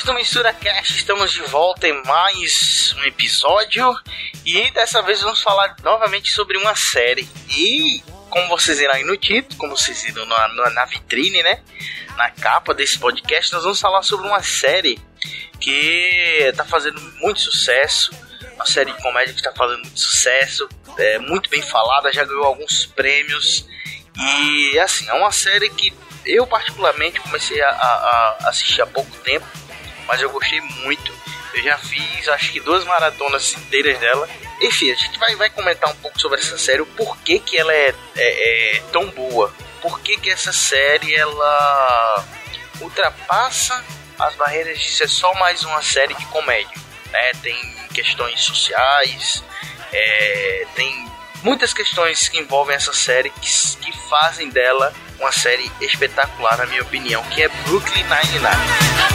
ouvintes do MisturaCast, estamos de volta em mais um episódio e dessa vez vamos falar novamente sobre uma série. E como vocês viram aí no título, como vocês viram na vitrine, né, na capa desse podcast, nós vamos falar sobre uma série que tá fazendo muito sucesso, uma série de comédia que tá fazendo muito sucesso, é muito bem falada, já ganhou alguns prêmios e assim, é uma série que eu particularmente comecei a assistir há pouco tempo, mas eu gostei muito. Eu já fiz acho que 2 maratonas inteiras dela. Enfim, a gente vai comentar um pouco sobre essa série, o porquê que ela é tão boa, por que essa série ela ultrapassa as barreiras de ser só mais uma série de comédia, né? Tem questões sociais, tem muitas questões que envolvem essa série que fazem dela uma série espetacular, na minha opinião, que é Brooklyn Nine-Nine.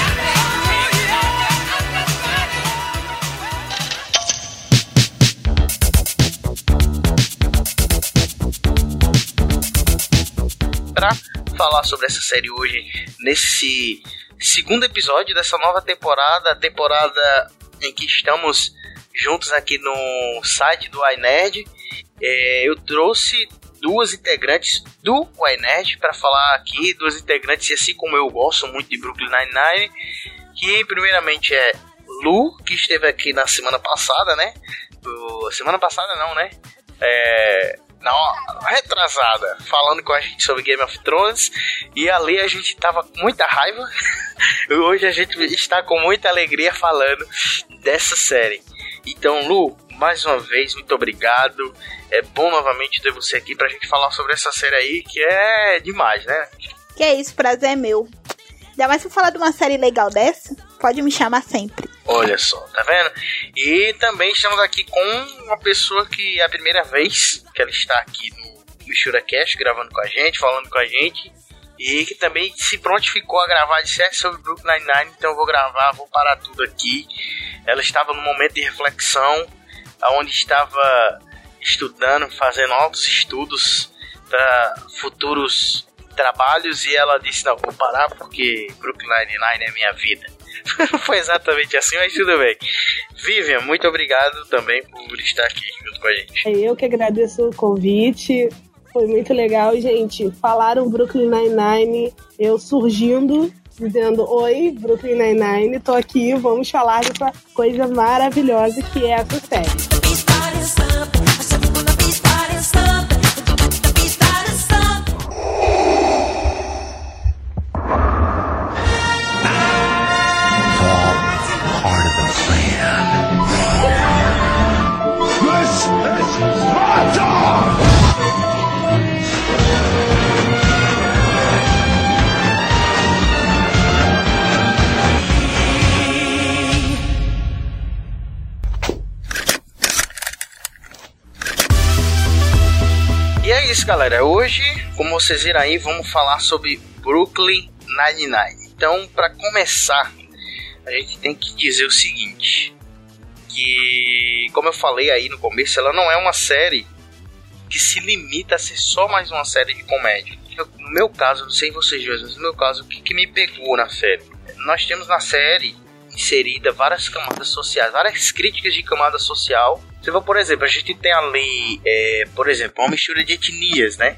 Para falar sobre essa série hoje, nesse segundo episódio dessa nova temporada, a temporada em que estamos juntos aqui no site do iNerd, eu trouxe 2 integrantes do iNerd para falar aqui, 2 integrantes, e assim como eu gosto muito de Brooklyn Nine-Nine, que primeiramente é Lu, que esteve aqui na semana passada, né? Semana passada não, né? Não, retrasada, falando com a gente sobre Game of Thrones, e ali a gente tava com muita raiva. Hoje a gente está com muita alegria falando dessa série. Então, Lu, mais uma vez, muito obrigado. É bom novamente ter você aqui pra gente falar sobre essa série aí, que é demais, né? Que é isso, prazer é meu. Ainda mais pra falar de uma série legal dessa, pode me chamar sempre. Olha só, tá vendo? E também estamos aqui com uma pessoa que é a primeira vez que ela está aqui no MisturaCast, gravando com a gente, falando com a gente, e que também se prontificou a gravar de série sobre Brooklyn Nine-Nine. Então eu vou gravar, vou parar tudo aqui. Ela estava num momento de reflexão, onde estava estudando, fazendo altos estudos para futuros trabalhos, e ela disse, não, vou parar porque Brooklyn Nine-Nine é minha vida. Foi exatamente assim, mas tudo bem. Vivian, muito obrigado também por estar aqui junto com a gente. Eu que agradeço o convite, foi muito legal, gente. Falaram Brooklyn Nine-Nine, eu surgindo, dizendo, oi, Brooklyn Nine-Nine, tô aqui, vamos falar dessa coisa maravilhosa que é essa série. Galera, hoje, como vocês viram aí, vamos falar sobre Brooklyn Nine-Nine. Então, para começar, a gente tem que dizer o seguinte, que, como eu falei aí no começo, ela não é uma série que se limita a ser só mais uma série de comédia. No meu caso, não sei vocês dois, mas no meu caso, o que me pegou na série? Nós temos na série inserida várias camadas sociais, várias críticas de camada social. Por exemplo, a gente tem ali, por exemplo, uma mistura de etnias, né?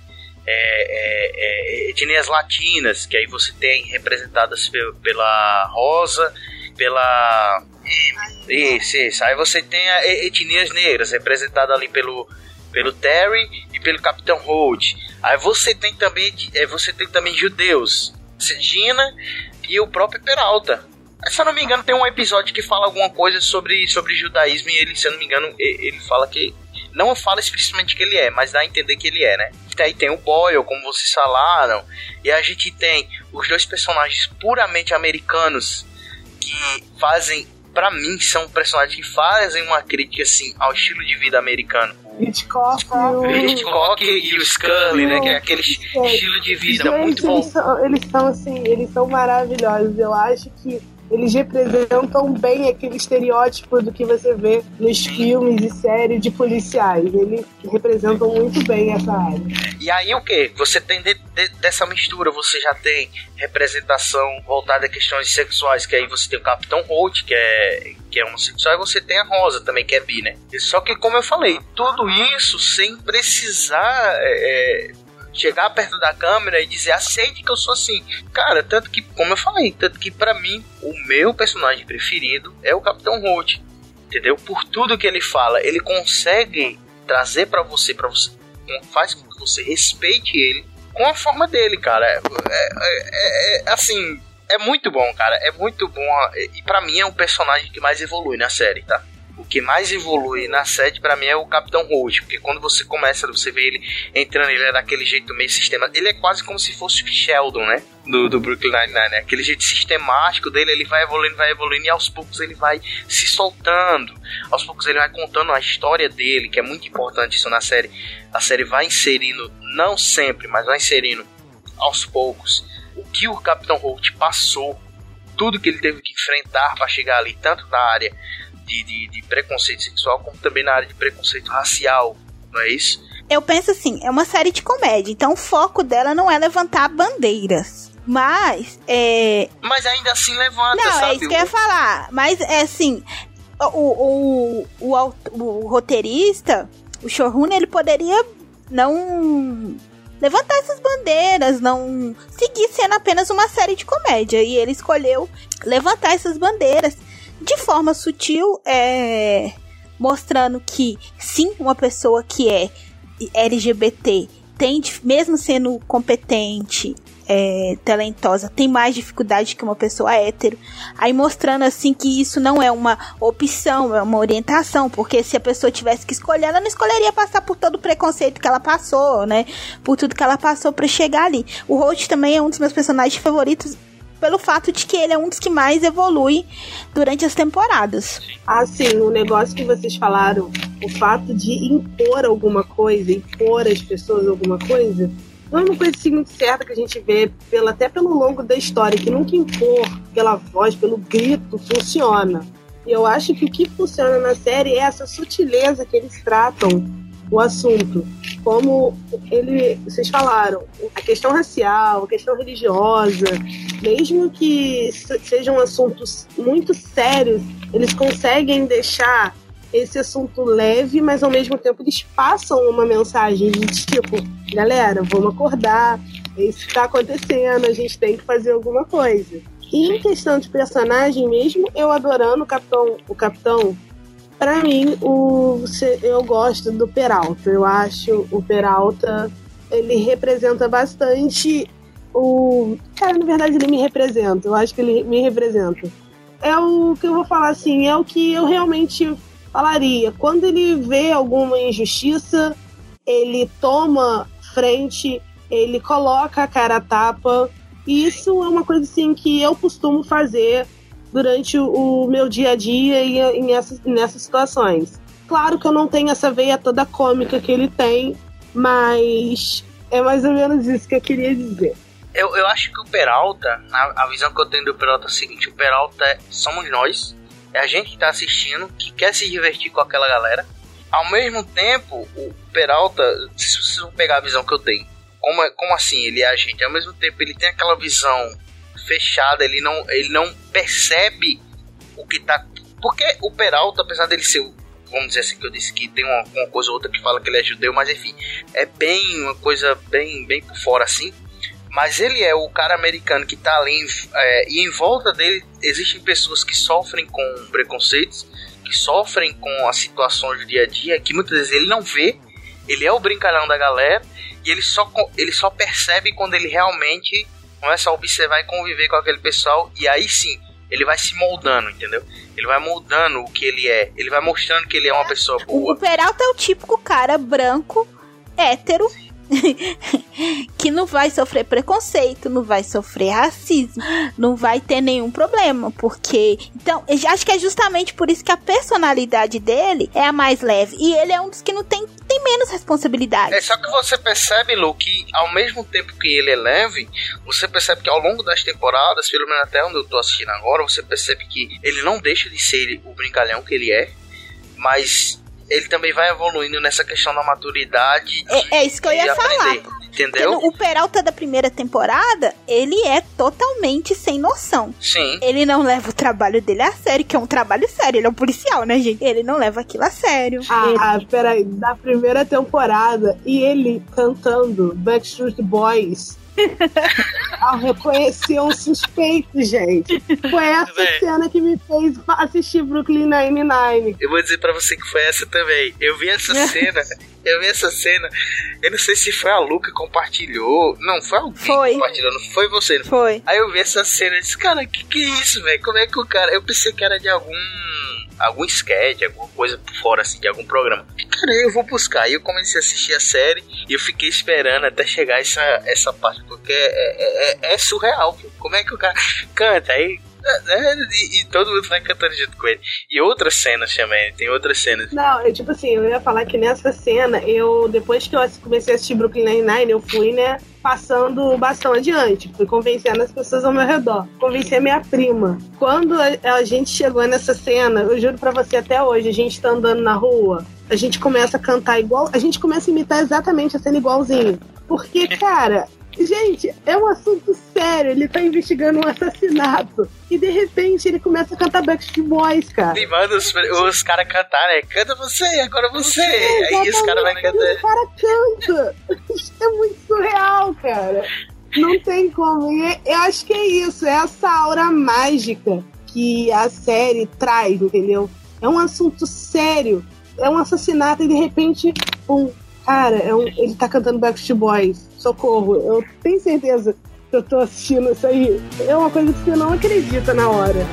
Etnias latinas, que aí você tem representadas pela Rosa, pela... Isso. Aí você tem etnias negras, representadas ali pelo Terry e pelo Capitão Holt. Aí você tem também judeus, Gina e o próprio Peralta. Se eu não me engano, tem um episódio que fala alguma coisa sobre judaísmo, e ele, se eu não me engano, ele fala que... Não fala explicitamente que ele é, mas dá a entender que ele é, né? Aí tem o Boyle, como vocês falaram, e a gente tem os 2 personagens puramente americanos que fazem, pra mim, são personagens que fazem uma crítica, assim, ao estilo de vida americano. Hitchcock e o Scully, né? Que é aquele estilo de vida muito bom. Eles são maravilhosos. Eu acho que eles representam bem aquele estereótipo do que você vê nos filmes e séries de policiais. Eles representam muito bem essa área. E aí o que? Você tem dessa mistura, você já tem representação voltada a questões sexuais, que aí você tem o Capitão Holt, que é homossexual, e você tem a Rosa também, que é bi, né? Só que, como eu falei, tudo isso sem precisar chegar perto da câmera e dizer, aceite que eu sou assim. Cara, tanto que, como eu falei, pra mim, o meu personagem preferido é o Capitão Holt, entendeu? Por tudo que ele fala, ele consegue trazer pra você faz com que você respeite ele com a forma dele, cara. Assim, é muito bom, cara. É muito bom. E pra mim é um personagem que mais evolui na série, tá? O que mais evolui na série pra mim é o Capitão Holt. Porque quando você começa, você vê ele entrando, ele é daquele jeito meio sistemático. Ele é quase como se fosse o Sheldon, né? Do Brooklyn Nine-Nine, né? Aquele jeito sistemático dele, ele vai evoluindo e aos poucos ele vai se soltando. Aos poucos ele vai contando a história dele, que é muito importante isso na série. A série vai inserindo, não sempre, mas vai inserindo aos poucos o que o Capitão Holt passou, tudo que ele teve que enfrentar para chegar ali, tanto na área de preconceito sexual, como também na área de preconceito racial, não é isso? Eu penso assim, é uma série de comédia, então o foco dela não é levantar bandeiras. Mas ainda assim levanta, não, sabe? É isso que eu ia falar. Mas é assim, o roteirista, o showrunner, ele poderia não levantar essas bandeiras, não seguir sendo apenas uma série de comédia. E ele escolheu levantar essas bandeiras de forma sutil, mostrando que sim, uma pessoa que é LGBT tem, mesmo sendo competente, talentosa, tem mais dificuldade que uma pessoa hétero. Aí mostrando assim que isso não é uma opção, é uma orientação, porque se a pessoa tivesse que escolher, ela não escolheria passar por todo o preconceito que ela passou, né? Por tudo que ela passou pra chegar ali. O Holt também é um dos meus personagens favoritos, pelo fato de que ele é um dos que mais evolui durante as temporadas. Ah, sim, o negócio que vocês falaram, o fato de impor alguma coisa, impor às pessoas alguma coisa, não é uma coisa assim muito certa que a gente vê até pelo longo da história, que nunca impor pela voz, pelo grito, funciona. E eu acho que o que funciona na série é essa sutileza que eles tratam o assunto. Como vocês falaram, a questão racial, a questão religiosa, mesmo que sejam assuntos muito sérios, eles conseguem deixar esse assunto leve, mas ao mesmo tempo eles passam uma mensagem de tipo, galera, vamos acordar, isso está acontecendo, a gente tem que fazer alguma coisa. E em questão de personagem mesmo, eu adorando o Capitão, pra mim, eu gosto do Peralta. Eu acho o Peralta, ele representa bastante Cara, na verdade ele me representa. Eu acho que ele me representa. É o que eu vou falar assim, é o que eu realmente falaria. Quando ele vê alguma injustiça, ele toma frente, ele coloca a cara a tapa. E isso é uma coisa assim que eu costumo fazer durante o meu dia a dia e nessas situações. Claro que eu não tenho essa veia toda cômica que ele tem, mas é mais ou menos isso que eu queria dizer. Eu acho que o Peralta, a visão que eu tenho do Peralta é a seguinte: o Peralta somos nós, é a gente que tá assistindo, que quer se divertir com aquela galera. Ao mesmo tempo, o Peralta, se vocês vão pegar a visão que eu tenho, como assim ele é a gente? Ao mesmo tempo ele tem aquela visão fechada, ele não percebe o que tá... Porque o Peralta, apesar dele ser, vamos dizer assim, que eu disse que tem uma coisa ou outra que fala que ele é judeu, mas enfim, é bem uma coisa bem por fora assim. Mas ele é o cara americano que tá ali e em volta dele existem pessoas que sofrem com preconceitos, que sofrem com as situações do dia a dia, que muitas vezes ele não vê. Ele é o brincalhão da galera e ele só percebe quando ele realmente começa a observar e conviver com aquele pessoal, e aí sim ele vai se moldando, entendeu? Ele vai moldando o que ele é, ele vai mostrando que ele é uma pessoa boa. O Peralta é o típico cara branco, hétero, que não vai sofrer preconceito, não vai sofrer racismo, não vai ter nenhum problema, porque... Então, eu acho que é justamente por isso que a personalidade dele é a mais leve, e ele é um dos que não tem menos responsabilidade. É só que você percebe, Lu, que ao mesmo tempo que ele é leve, você percebe que ao longo das temporadas, pelo menos até onde eu tô assistindo agora, você percebe que ele não deixa de ser o brincalhão que ele é, mas... ele também vai evoluindo nessa questão da maturidade. É isso que eu ia falar. Entendeu? O Peralta da primeira temporada, ele é totalmente sem noção. Sim. Ele não leva o trabalho dele a sério, que é um trabalho sério. Ele é um policial, né, gente? Ele não leva aquilo a sério. Peraí. Da primeira temporada, e ele cantando Backstreet Boys... ao reconhecer um suspeito, gente. Foi essa cena que me fez assistir Brooklyn Nine-Nine. Eu vou dizer pra você que foi essa também. Eu vi essa cena. Eu não sei se foi a Lu que compartilhou. Não, foi alguém que compartilhou. Não foi você. Não foi. Aí eu vi essa cena e disse, cara, que é isso, velho? Como é que o cara... Eu pensei que era de algum sketch, alguma coisa por fora, assim, de algum programa. Cara, eu vou buscar. Aí eu comecei a assistir a série e eu fiquei esperando até chegar essa parte, porque é surreal. Como é que o cara canta? Aí... E todo mundo vai cantando junto com ele. E outras cenas também, tem outras cenas. Não, tipo assim, eu ia falar que nessa cena, depois que eu comecei a assistir Brooklyn Nine-Nine, eu fui, né, passando o bastão adiante. Fui convencendo as pessoas ao meu redor. Convenci a minha prima. Quando a gente chegou nessa cena, eu juro pra você, até hoje, a gente tá andando na rua, a gente começa a cantar igual, a gente começa a imitar exatamente a cena igualzinho. Porque, cara... Gente, é um assunto sério. Ele tá investigando um assassinato e de repente ele começa a cantar Backstreet Boys, cara. E manda os caras cantar, né? Canta você, agora você. Aí os caras vão cantar. Os caras cantam. Isso é muito surreal, cara. Não tem como. E eu acho que é isso. É essa aura mágica que a série traz, entendeu? É um assunto sério. É um assassinato e de repente, cara, ele tá cantando Backstreet Boys. Socorro, eu tenho certeza que eu tô assistindo isso aí. É uma coisa que você não acredita na hora.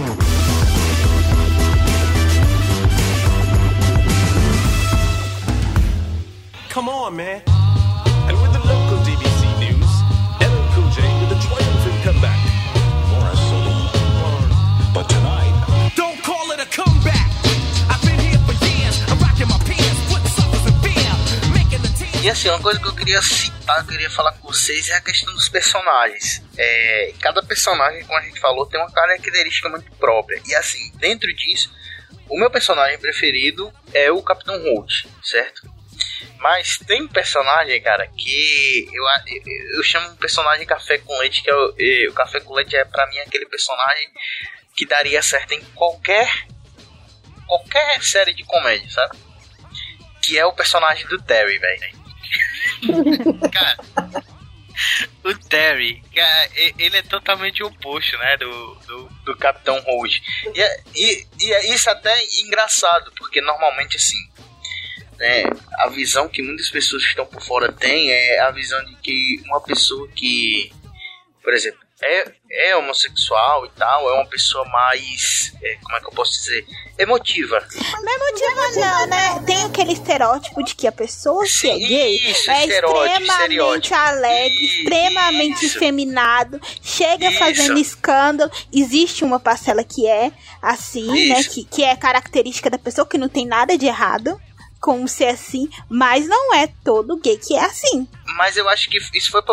Come on, man. And with the local DBC news, LL Cool J with a triumphant comeback. Morris solo. But tonight, don't call it a comeback. I've been here for years. I'm rocking my pants, putting suckers in fear, making the team. E assim, uma coisa que eu queria citar, eu queria falar com vocês, é a questão dos personagens. Cada personagem, como a gente falou, tem uma característica muito própria. E assim, dentro disso, o meu personagem preferido é o Capitão Holt, certo? Mas tem um personagem, cara, que eu chamo um personagem Café com Leite, que o Café com Leite é pra mim aquele personagem que daria certo em qualquer série de comédia, sabe? Que é o personagem do Terry, velho. Cara, o Terry, cara, ele é totalmente oposto, né, do Capitão Holt. E isso até é engraçado, porque normalmente assim, né, a visão que muitas pessoas que estão por fora têm é a visão de que uma pessoa que, por exemplo, é homossexual e tal, é uma pessoa mais, como é que eu posso dizer, emotiva. Não é emotiva não, né? Tem aquele estereótipo de que a pessoa que é gay é extremamente alegre, extremamente efeminado, chega fazendo escândalo. Existe uma parcela que é assim, né? Que é característica da pessoa, que não tem nada de errado com ser assim, mas não é todo gay que é assim. Mas eu acho que isso foi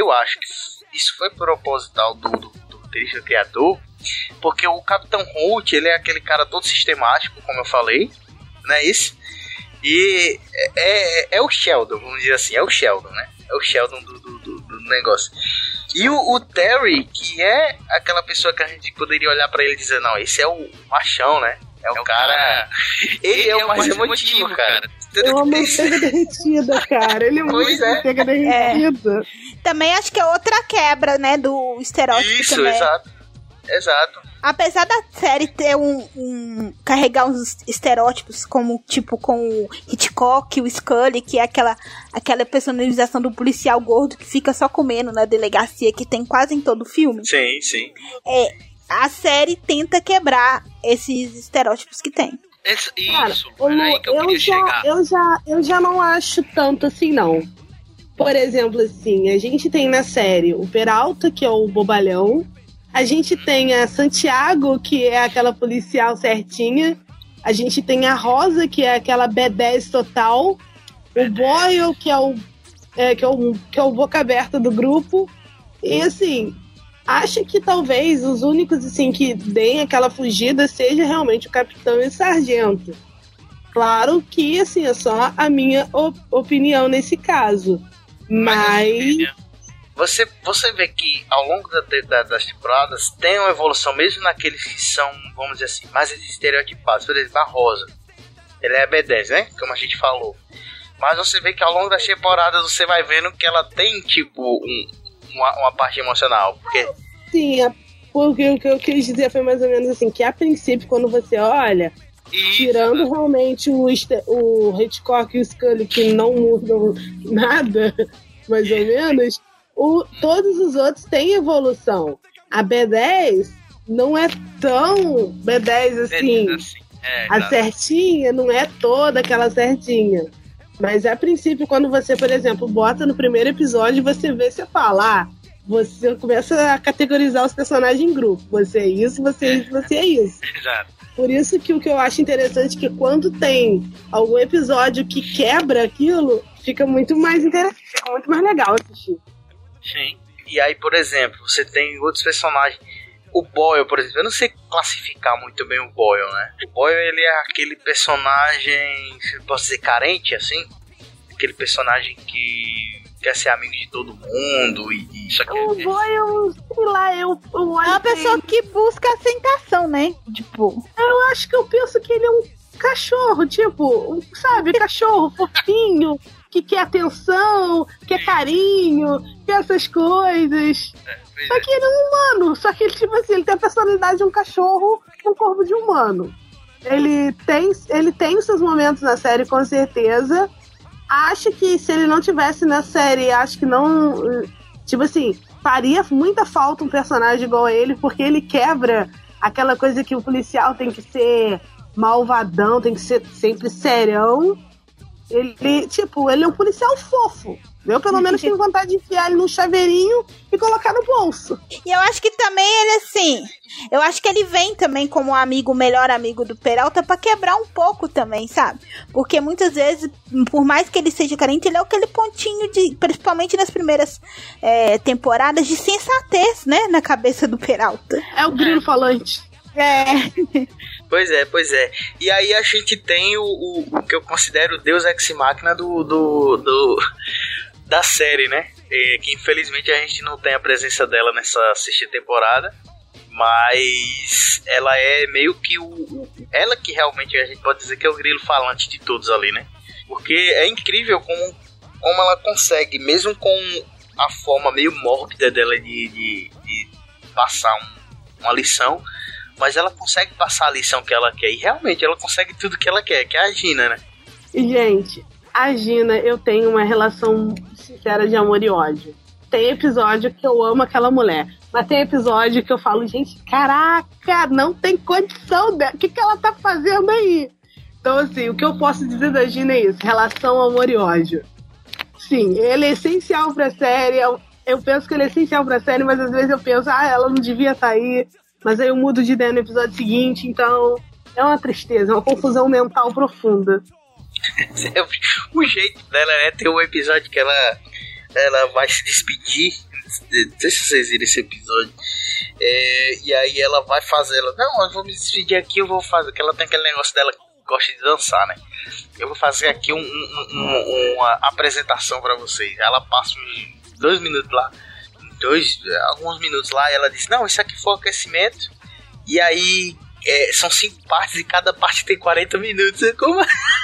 proposital do roteirista criador, porque o Capitão Holt, ele é aquele cara todo sistemático, como eu falei, não é isso? E é o Sheldon, vamos dizer assim, é o Sheldon, né? É o Sheldon do negócio. E o Terry, que é aquela pessoa que a gente poderia olhar pra ele e dizer, não, esse é o machão, né? É o cara... Ele é o mais emotivo, cara. É uma manteiga derretida, cara. Ele é uma manteiga derretida. Também acho que é outra quebra, né, do estereótipo. Isso, também. Exato. Apesar da série ter carregar uns estereótipos como, tipo, com o Hitchcock, o Scully, que é aquela personalização do policial gordo que fica só comendo na delegacia, que tem quase em todo o filme. Sim. A série tenta quebrar esses estereótipos que tem. Isso, cara, aí que eu queria chegar. Eu já não acho tanto assim, não. Por exemplo, assim, a gente tem na série o Peralta, que é o bobalhão. A gente tem a Santiago, que é aquela policial certinha. A gente tem a Rosa, que é aquela B10 total. O Boyle, que é o boca aberta do grupo. E assim, acho que talvez os únicos assim, que deem aquela fugida seja realmente o capitão e o sargento. Claro que assim, é só a minha opinião nesse caso. Mas Você vê que ao longo das temporadas tem uma evolução, mesmo naqueles que são, vamos dizer assim, mais estereotipados. Por exemplo, a Rosa. Ele é B10, né? Como a gente falou. Mas você vê que ao longo das temporadas você vai vendo que ela tem, tipo, uma parte emocional. Porque... Sim, porque o que eu quis dizer foi mais ou menos assim, que a princípio, quando você olha, tirando realmente o Hitchcock e o Scully, que não mudam nada, mais ou menos, todos os outros têm evolução. A B10 não é tão B10 assim. A certinha não é toda aquela certinha. Mas a princípio, quando você, por exemplo, bota no primeiro episódio, você vê, você fala, você começa a categorizar os personagens em grupo. Você é isso, você é isso, você é isso. Exato. Por isso que o que eu acho interessante é que quando tem algum episódio que quebra aquilo, fica muito mais interessante, fica muito mais legal assistir. Sim. E aí, por exemplo, você tem outros personagens. O Boyle, por exemplo, eu não sei classificar muito bem o Boyle, né? O Boyle, ele é aquele personagem, posso dizer, carente, assim? Aquele personagem que quer ser amigo de todo mundo e só que... O Boyle, sei lá, eu é uma pessoa que busca aceitação, né? Tipo... Eu acho que eu penso que ele é um cachorro, tipo, sabe? Cachorro fofinho, que quer atenção, quer carinho, quer essas coisas. Só que ele é um humano, só que ele, tipo assim, ele tem a personalidade de um cachorro com corpo de humano. Ele tem seus momentos na série, com certeza. Acho que se ele não tivesse na série, acho que não... Tipo assim, faria muita falta um personagem igual a ele, porque ele quebra aquela coisa que o policial tem que ser malvadão, tem que ser sempre serião. Ele, tipo, ele é um policial fofo. Eu, pelo menos, tenho vontade de enfiar ele num chaveirinho e colocar no bolso. E eu acho que também ele, assim... Eu acho que ele vem também como amigo, melhor amigo do Peralta pra quebrar um pouco também, sabe? Porque muitas vezes, por mais que ele seja carente, ele é aquele pontinho de... Principalmente nas primeiras temporadas, de sensatez, né? Na cabeça do Peralta. É o grilo falante. Pois é. E aí a gente tem o que eu considero o Deus Ex Machina da série, né? Que infelizmente a gente não tem a presença dela nessa sexta temporada, mas ela é meio que ela que realmente a gente pode dizer que é o grilo falante de todos ali, né? Porque é incrível como ela consegue, mesmo com a forma meio mórbida dela de passar uma lição, mas ela consegue passar a lição que ela quer. E realmente ela consegue tudo que ela quer, que é a Gina, né? E, gente, a Gina, eu tenho uma relação sincera de amor e ódio. Tem episódio que eu amo aquela mulher, mas tem episódio que eu falo, gente, caraca, não tem condição dela. O que ela tá fazendo aí? Então, assim, o que eu posso dizer da Gina é isso: relação, amor e ódio. Sim, ele é essencial pra série. Eu penso que ele é essencial pra série, mas às vezes eu penso, ela não devia estar aí. Mas aí eu mudo de ideia no episódio seguinte, então é uma tristeza, é uma confusão mental profunda. O jeito dela é ter um episódio que ela vai se despedir. Não sei se vocês viram esse episódio. E aí ela vai fazer, não, eu vou me despedir aqui, eu vou fazer, que ela tem aquele negócio dela que gosta de dançar, né? Eu vou fazer aqui uma apresentação pra vocês. Ela passa uns 2 minutos lá. Alguns minutos lá, e ela diz, não, isso aqui foi o aquecimento, e aí são 5 partes e cada parte tem 40 minutos. Como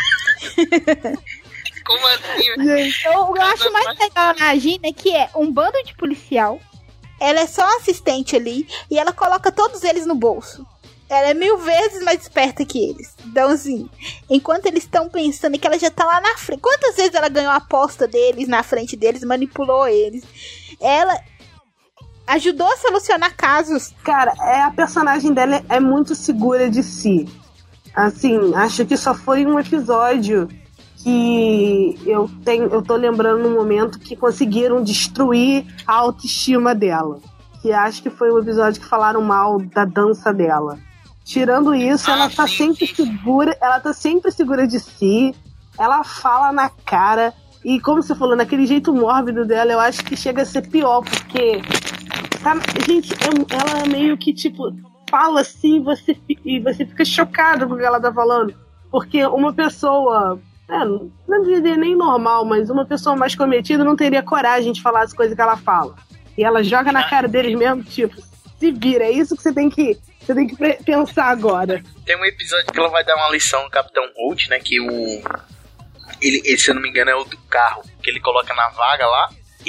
assim? Eu acho mais legal na Gina que é um bando de policial, ela é só assistente ali e ela coloca todos eles no bolso. Ela é 1000 vezes mais esperta que eles. Então, assim, enquanto eles estão pensando que ela já tá lá na frente, quantas vezes ela ganhou a aposta deles na frente deles, manipulou eles, ela ajudou a solucionar casos. Cara, a personagem dela é muito segura de si. Assim, acho que só foi um episódio que eu tô lembrando no momento que conseguiram destruir a autoestima dela. Que acho que foi um episódio que falaram mal da dança dela. Tirando isso, ela tá sempre segura, ela tá sempre segura de si. Ela fala na cara. E como você falou, naquele jeito mórbido dela, eu acho que chega a ser pior, porque... Gente, ela meio que, tipo, fala assim e você fica chocado com o que ela tá falando. Porque uma pessoa Não diria nem normal, mas uma pessoa mais comprometida não teria coragem de falar as coisas que ela fala. E ela joga na cara deles mesmo, tipo, se vira, é isso que você tem que pensar agora. Tem um episódio que ela vai dar uma lição ao Capitão Holt, né, que ele, se eu não me engano, é o do carro, que ele coloca na vaga lá,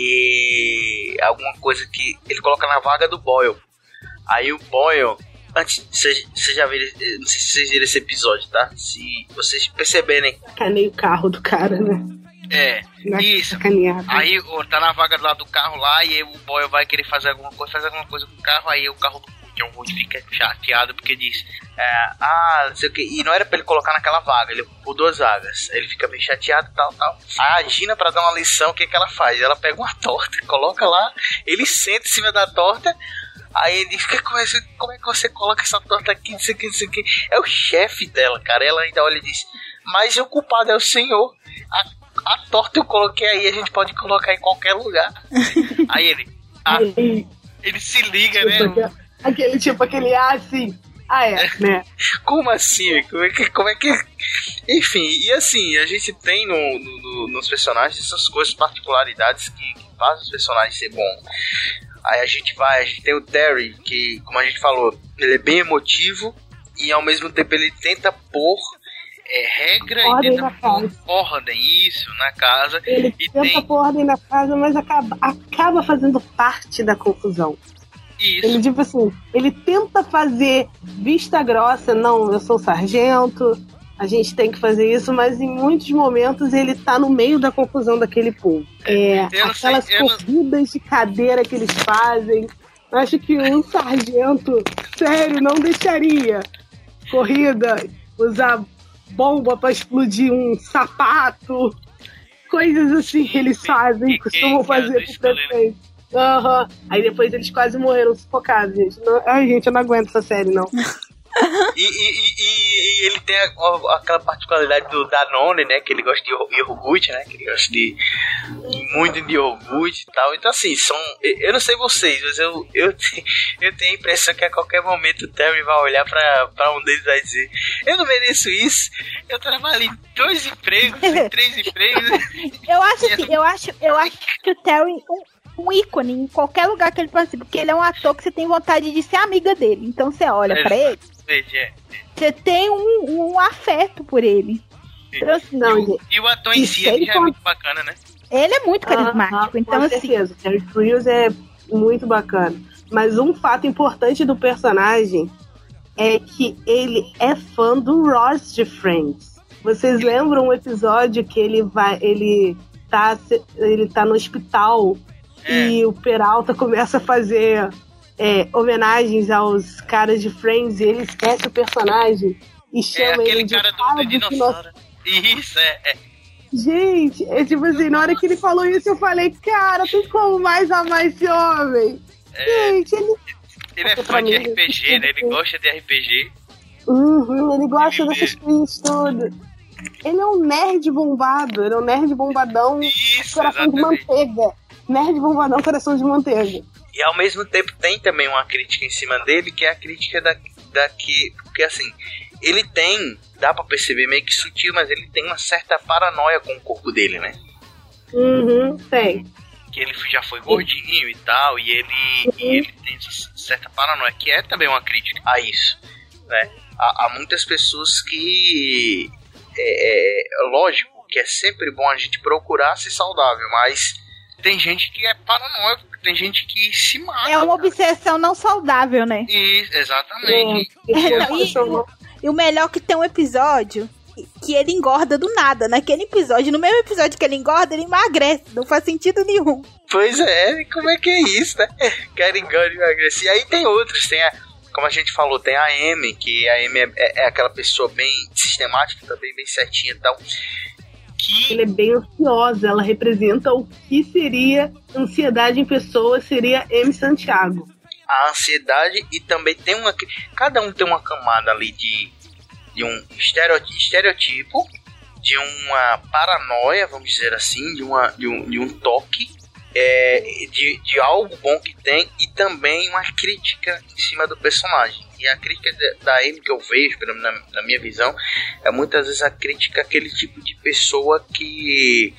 e alguma coisa que ele coloca na vaga do Boyle. Aí o Boyle, antes, vocês já viram, não sei se vocês viram esse episódio, tá? Se vocês perceberem. Sacaneia o carro do cara, né? Isso. Sacaneado. Aí tá na vaga lá do carro lá, e aí o Boyle vai querer fazer alguma coisa com o carro, aí o carro do John Holt fica chateado porque diz, não sei o que, e não era pra ele colocar naquela vaga, ele ocupou 2 vagas, ele fica meio chateado e tal. Aí a Gina, pra dar uma lição, o que ela faz? Ela pega uma torta, coloca lá, ele senta em cima da torta. Aí ele diz, como é que você coloca essa torta aqui, não sei o que. É o chefe dela, cara. Ela ainda olha e diz, mas o culpado é o senhor. A torta eu coloquei aí, a gente pode colocar em qualquer lugar. Aí ele se liga, né? Aquele assim. Né? Como assim? Como é que... Enfim, e assim, a gente tem nos personagens essas coisas, particularidades que fazem os personagens ser bons. Aí a gente tem o Terry, que, como a gente falou, ele é bem emotivo e ao mesmo tempo ele tenta pôr regra ordem e tenta pôr ordem, isso, na casa. Ele tenta pôr ordem na casa, mas acaba fazendo parte da confusão. Isso. Ele, tipo assim, ele tenta fazer vista grossa, não, eu sou sargento, a gente tem que fazer isso, mas em muitos momentos ele tá no meio da confusão daquele povo. Aquelas corridas de cadeira que eles fazem, eu acho que um sargento, sério, não deixaria corrida, usar bomba pra explodir um sapato, coisas assim que eles fazem, costumam fazer com frequência. Aí depois eles quase morreram sufocados, gente. Ai, gente, eu não aguento essa série, não. E ele tem aquela particularidade do Danone, né? Que ele gosta de iogurte, né? Que ele gosta muito de iogurte e tal. Então, assim, eu não sei vocês, mas eu tenho a impressão que a qualquer momento o Terry vai olhar pra um deles e vai dizer: eu não mereço isso, eu trabalho em 2 empregos, em 3 empregos. Eu acho que o Terry um ícone em qualquer lugar que ele participe, porque ele é um ator que você tem vontade de ser amiga dele. Então você olha pra ele, você tem um afeto por ele. Então, assim, e o ator em si já é muito bacana, né? Ele é muito carismático. Então, com certeza, o Terry Crews é muito bacana. Mas um fato importante do personagem é que ele é fã do Ross de Friends. Vocês lembram um episódio que ele tá no hospital e o Peralta começa a fazer homenagens aos caras de Friends e ele esquece o personagem e chama ele de cara do dinossauro. Isso, Gente, tipo assim, na hora que ele falou isso eu falei, cara, tem como mais amar esse homem? Gente, ele é fã de RPG, né? Ele gosta de RPG. Ele gosta dessas coisas todas. Ele é um nerd bombado, ele é um nerd bombadão, isso, coração exatamente. De manteiga. Nerd bombadão, coração de manteiga. E ao mesmo tempo tem também uma crítica em cima dele, que é a crítica porque assim, ele tem, dá pra perceber meio que sutil, mas ele tem uma certa paranoia com o corpo dele, né? Tem. Que ele já foi gordinho e tal, e ele tem certa paranoia, que é também uma crítica a isso, né? Há muitas pessoas que lógico que é sempre bom a gente procurar ser saudável, mas tem gente que é paranoico, tem gente que se mata. É uma obsessão não saudável, né? Isso, exatamente. E o melhor que tem um episódio que ele engorda do nada. Naquele episódio, no mesmo episódio que ele engorda, ele emagrece. Não faz sentido nenhum. Pois é, como é que é isso, né? Cara engorda e emagrece. E aí tem outros, como a gente falou, tem a Amy, que a Amy é aquela pessoa bem sistemática, também bem certinha e tal. Ela é bem ansiosa, ela representa o que seria ansiedade em pessoa, seria M. Santiago. A ansiedade e também tem cada um tem uma camada ali de um estereotipo, de uma paranoia, vamos dizer assim, de um toque, de algo bom que tem e também uma crítica em cima do personagem. E a crítica da Amy que eu vejo, na minha visão, é muitas vezes a crítica àquele tipo de pessoa que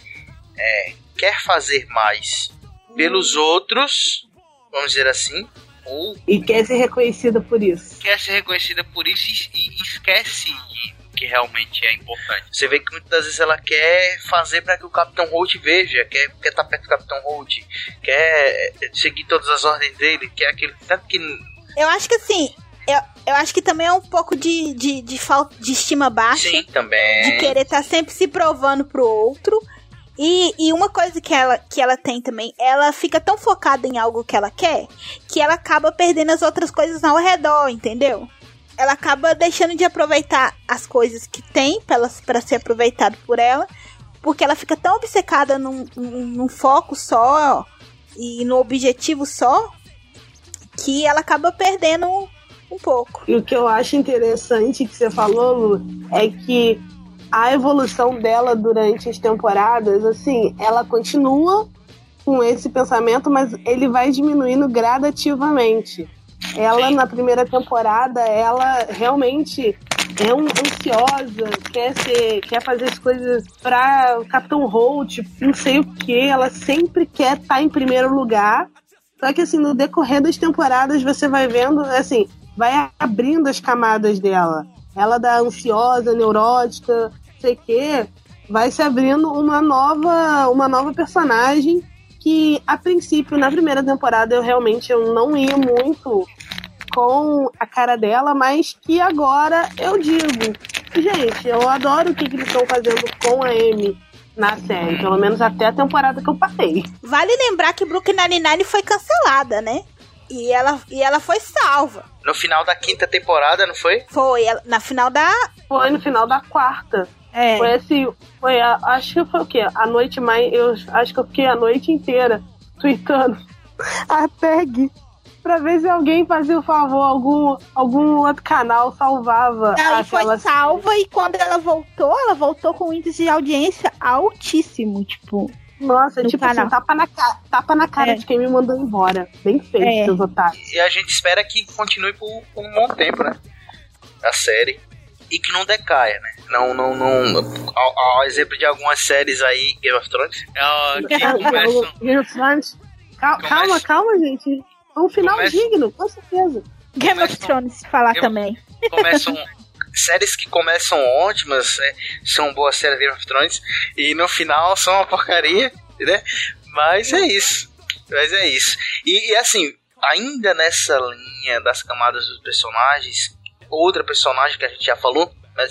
quer fazer mais pelos outros, vamos dizer assim, e quer ser reconhecida por isso. Quer ser reconhecida por isso e esquece que realmente é importante. Você vê que muitas vezes ela quer fazer para que o Capitão Holt veja, quer estar perto do Capitão Holt, quer seguir todas as ordens dele, quer aquele... Tanto que... Eu acho que assim, eu acho que também é um pouco de falta de estima baixa. Sim, também. De querer estar sempre se provando pro outro. E uma coisa que ela tem também, ela fica tão focada em algo que ela quer, que ela acaba perdendo as outras coisas ao redor, entendeu? Ela acaba deixando de aproveitar as coisas que tem pra ser aproveitado por ela, porque ela fica tão obcecada num foco só e no objetivo só, que ela acaba perdendo um pouco. E o que eu acho interessante que você falou, Lu, é que a evolução dela durante as temporadas, assim, ela continua com esse pensamento, mas ele vai diminuindo gradativamente. Ela, na primeira temporada, ela realmente é ansiosa, quer fazer as coisas pra o Capitão Holt, não sei o que, ela sempre quer estar em primeiro lugar. Só que, assim, no decorrer das temporadas, você vai vendo, assim, vai abrindo as camadas dela. Ela da ansiosa, neurótica, não sei o que, vai se abrindo uma nova personagem que, a princípio, na primeira temporada, eu não ia muito com a cara dela, mas que agora eu digo, gente, eu adoro o que eles estão fazendo com a Amy na série, pelo menos até a temporada que eu parei. Vale lembrar que Brooklyn Nine-Nine foi cancelada, né? E ela foi salva. No final da 5ª temporada, não foi? Foi, no final da 4ª. É. Acho que foi o quê? A noite mais. Eu acho que eu fiquei a noite inteira tweetando a tag pra ver se alguém fazia o favor, algum outro canal salvava. Ela foi salva e quando ela voltou com um índice de audiência altíssimo, tipo. Nossa, tipo canal. Assim, tapa na cara de quem me mandou embora. Bem feito, seus otários. E a gente espera que continue por um bom tempo, né? A série. E que não decaia, né? Não. Ao exemplo de algumas séries aí, Game of Thrones. Game of Thrones. Calma, gente. É um final digno, com certeza. Game of Thrones, falar também. Séries que começam ótimas, são boas séries Game of Thrones, e no final são uma porcaria, né? Mas é isso. E assim, ainda nessa linha das camadas dos personagens, outra personagem que a gente já falou, mas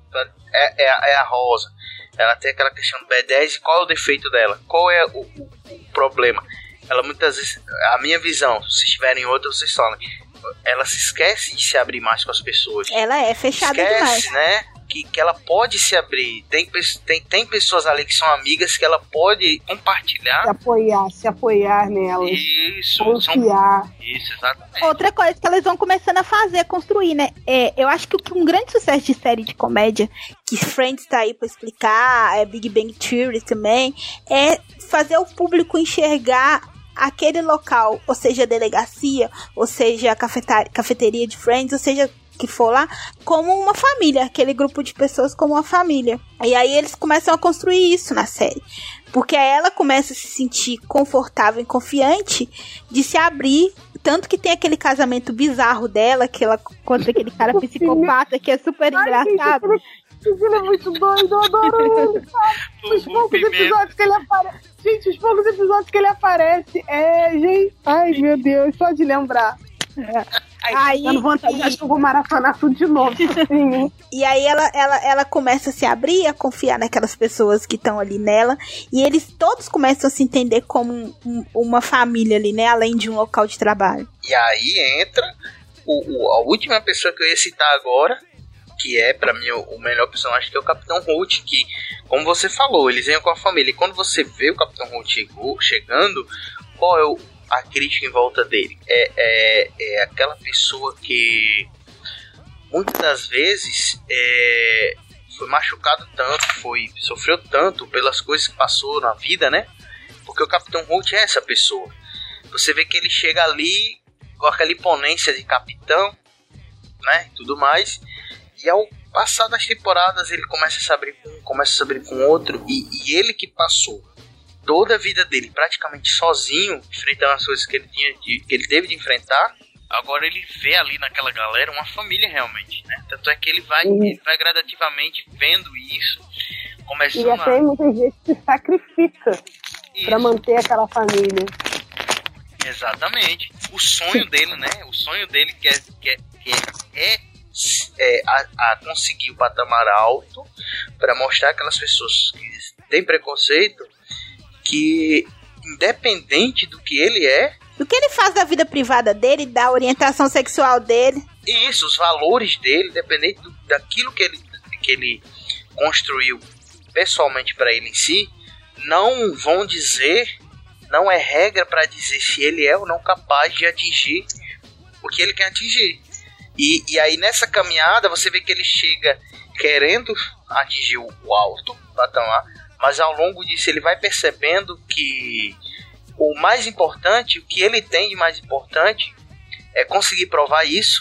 é a Rosa. Ela tem aquela questão do B10, e qual é o defeito dela? Qual é o problema? Ela muitas vezes, a minha visão, se estiverem outra, vocês falam, ela se esquece de se abrir mais com as pessoas. Ela é fechada demais. Né? Que ela pode se abrir. Tem pessoas ali que são amigas que ela pode compartilhar. Se apoiar nela. Isso. Confiar. Isso, exatamente. Outra coisa que elas vão começando a fazer, construir, né? Eu acho que um grande sucesso de série de comédia, que Friends tá aí pra explicar, Big Bang Theory também, é fazer o público enxergar aquele local, ou seja, a delegacia, ou seja, a cafeteria de Friends, ou seja, que for lá, como uma família, aquele grupo de pessoas como uma família. E aí eles começam a construir isso na série. Porque aí ela começa a se sentir confortável e confiante de se abrir, tanto que tem aquele casamento bizarro dela, que ela contra aquele cara psicopata, que é super engraçado. Ele é muito doido, eu adoro ele, sabe? Os poucos episódios que ele aparece. Gente, os poucos episódios que ele aparece. Gente. Ai, meu Deus, só de lembrar. Aí, dando vontade, acho que eu vou maratonar tudo de novo. E aí ela começa a se abrir, a confiar naquelas pessoas que estão ali nela. E eles todos começam a se entender como uma família ali, né? Além de um local de trabalho. E aí entra a última pessoa que eu ia citar agora, que é, pra mim, o melhor personagem, que é o Capitão Holt, que, como você falou, eles vêm com a família. E quando você vê o Capitão Holt chegando, qual é a crítica em volta dele? É aquela pessoa que, muitas das vezes, foi machucado tanto, sofreu tanto pelas coisas que passou na vida, né? Porque o Capitão Holt é essa pessoa. Você vê que ele chega ali com aquela imponência de capitão, né, tudo mais, e ao passar das temporadas ele começa a se abrir com um, começa a se abrir com outro, e ele que passou toda a vida dele praticamente sozinho, enfrentando as coisas que ele teve de enfrentar, agora ele vê ali naquela galera uma família realmente, né? Tanto é que ele vai gradativamente vendo isso, começando e até muita gente se sacrifica para manter aquela família. Exatamente. O sonho dele, né? O sonho dele que é conseguir o patamar alto para mostrar aquelas pessoas que têm preconceito que, independente do que ele é, do que ele faz da vida privada dele, da orientação sexual dele, e isso, os valores dele, independente daquilo que ele construiu pessoalmente para ele em si, não vão dizer, não é regra para dizer se ele é ou não capaz de atingir o que ele quer atingir. E aí nessa caminhada você vê que ele chega querendo atingir o alto patamar, mas ao longo disso ele vai percebendo que o mais importante, o que ele tem de mais importante é conseguir provar isso,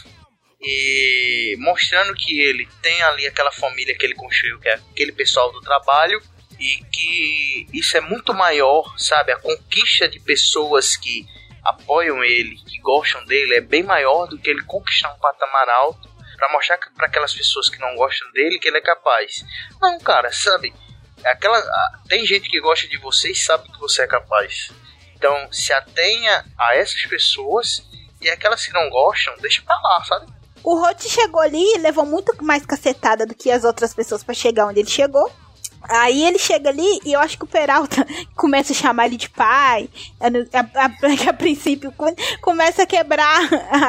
e mostrando que ele tem ali aquela família que ele construiu, que é aquele pessoal do trabalho, e que isso é muito maior, sabe? A conquista de pessoas que apoiam ele, que gostam dele, é bem maior do que ele conquistar um patamar alto para mostrar para aquelas pessoas que não gostam dele que ele é capaz. Não, cara, sabe? Tem gente que gosta de você e sabe que você é capaz. Então, se atenha a essas pessoas, e aquelas que não gostam, deixa pra lá, sabe? O Holt chegou ali e levou muito mais cacetada do que as outras pessoas pra chegar onde ele chegou. Aí ele chega ali e eu acho que o Peralta começa a chamar ele de pai. A princípio começa a quebrar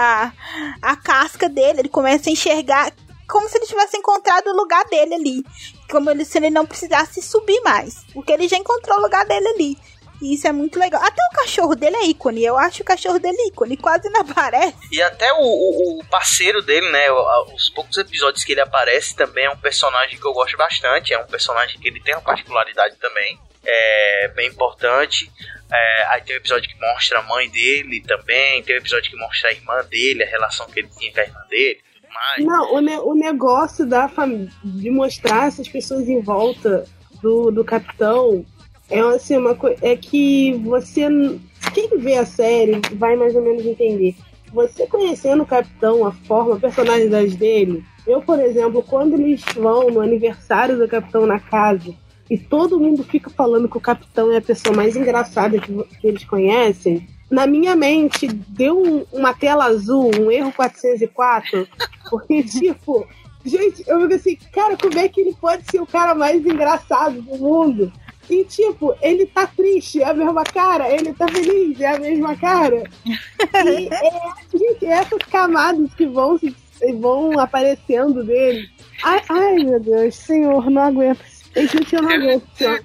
a casca dele. Ele começa a enxergar como se ele tivesse encontrado o lugar dele ali. Como se ele não precisasse subir mais. Porque ele já encontrou o lugar dele ali. E isso é muito legal. Até o cachorro dele é ícone. Eu acho o cachorro dele ícone. Quase não aparece. E até o parceiro dele, né? Os poucos episódios que ele aparece também é um personagem que eu gosto bastante. É um personagem que ele tem uma particularidade também. É bem importante. Aí tem um episódio que mostra a mãe dele também. Tem um episódio que mostra a irmã dele, a relação que ele tinha com a irmã dele. Mas... Não, o negócio de mostrar essas pessoas em volta do capitão... É assim, é que você, quem vê a série vai mais ou menos entender. Você conhecendo o Capitão, a personalidade dele. Eu, por exemplo, quando eles vão no aniversário do Capitão na casa e todo mundo fica falando que o Capitão é a pessoa mais engraçada que eles conhecem, na minha mente deu uma tela azul, um erro 404, porque tipo, gente, eu fico assim, cara, como é que ele pode ser o cara mais engraçado do mundo? E, tipo, ele tá triste, é a mesma cara. Ele tá feliz, é a mesma cara. E, gente, essas camadas que vão aparecendo dele. Ai, meu Deus, senhor, não aguento. Gente, eu não aguento.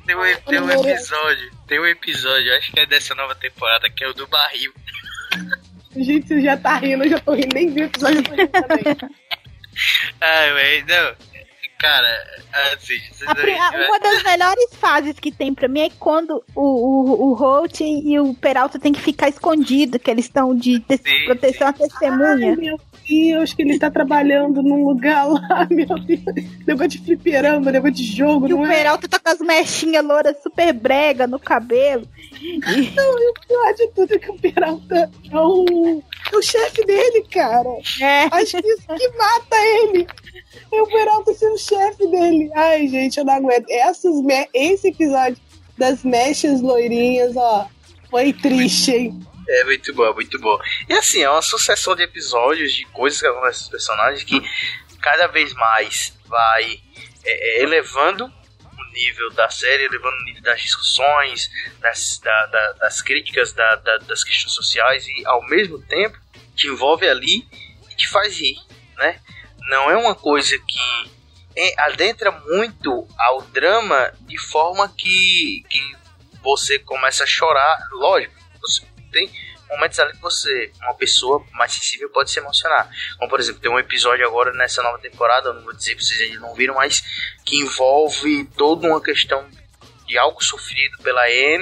Tem um episódio, acho que é dessa nova temporada, que é o do barril. Gente, você já tá rindo, eu já tô rindo, nem vi o episódio, eu tô rindo também. Ai, velho, não... Cara, assim, uma das melhores fases que tem pra mim é quando o Holt e o Peralta tem que ficar escondido, que eles estão de proteção à testemunha. Ai, meu Deus, que ele tá trabalhando num lugar lá, meu Deus. Negócio de fliperama, negócio de jogo, e o Peralta tá com as mechinhas louras super brega no cabelo. Não, e o pior de tudo é que o Peralta é o chefe dele, cara. Acho que isso que mata ele. É o Peralta ser o chefe dele. Ai, gente, eu não aguento. Esse episódio das mechas loirinhas, ó, foi triste, hein? É muito bom, muito bom. E assim, é uma sucessão de episódios, de coisas que acontecem com os personagens que cada vez mais vai elevando o nível da série, elevando o nível das discussões, das críticas, das questões sociais, e ao mesmo tempo te envolve ali e te faz rir, né? Não é uma coisa que adentra muito ao drama de forma que você começa a chorar. Lógico, você tem momentos ali que você, uma pessoa mais sensível, pode se emocionar. Como, por exemplo, tem um episódio agora nessa nova temporada, eu não vou dizer pra vocês ainda não viram, mas que envolve toda uma questão de algo sofrido pela Anne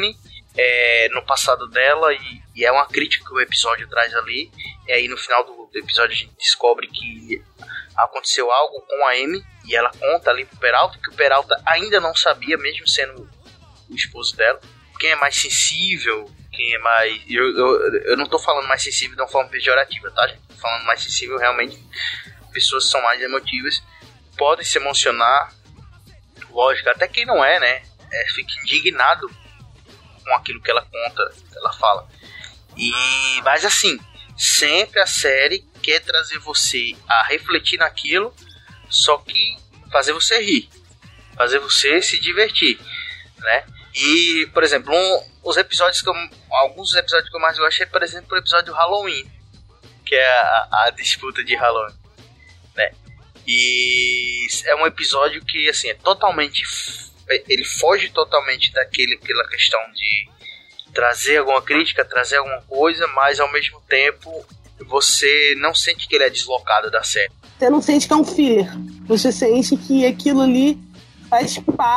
no passado dela e é uma crítica que o episódio traz ali. E aí no final do episódio a gente descobre que aconteceu algo com a Amy e ela conta ali pro Peralta que o Peralta ainda não sabia, mesmo sendo o esposo dela. Quem é mais sensível, quem é mais... Eu não tô falando mais sensível de uma forma pejorativa, tá, gente? Tô falando mais sensível, realmente, pessoas que são mais emotivas podem se emocionar, lógico, até quem não é, né? Fica indignado com aquilo que ela conta, que ela fala. Mas assim, sempre a série quer trazer você a refletir naquilo, só que fazer você rir, fazer você se divertir, né? E, por exemplo, alguns episódios que eu mais gosto é, por exemplo, o episódio do Halloween, que é a disputa de Halloween, né? E é um episódio que, assim, ele foge totalmente daquela questão de trazer alguma crítica, trazer alguma coisa, mas ao mesmo tempo você não sente que ele é deslocado da série. Você não sente que é um filler. Você sente que aquilo ali faz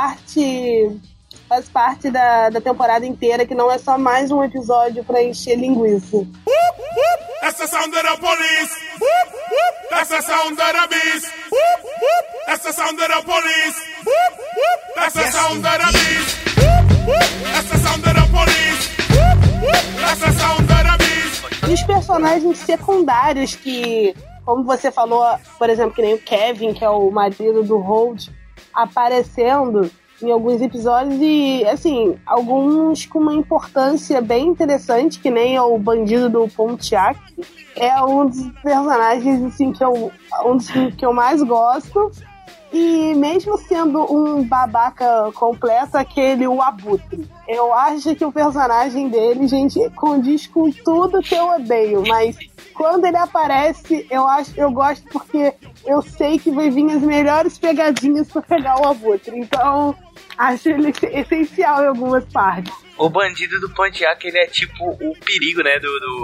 parte da temporada inteira, que não é só mais um episódio pra encher linguiça. That's the sound of the police. That's the sound of the beast. That's the sound of the police. That's the sound of the beast. That's the sound of the police. That's the sound of the beast. E os personagens secundários que, como você falou, por exemplo, que nem o Kevin, que é o marido do Holt, aparecendo em alguns episódios e, assim, alguns com uma importância bem interessante, que nem o bandido do Pontiac. É um dos personagens, assim, que eu mais gosto. E mesmo sendo um babaca completo, o Abutre. Eu acho que o personagem dele, gente, condiz com tudo que eu odeio, mas quando ele aparece, eu gosto porque eu sei que vai vir as melhores pegadinhas pra pegar o Abutre. Então, acho ele essencial em algumas partes. O bandido do Pontiac, ele é tipo o perigo, né,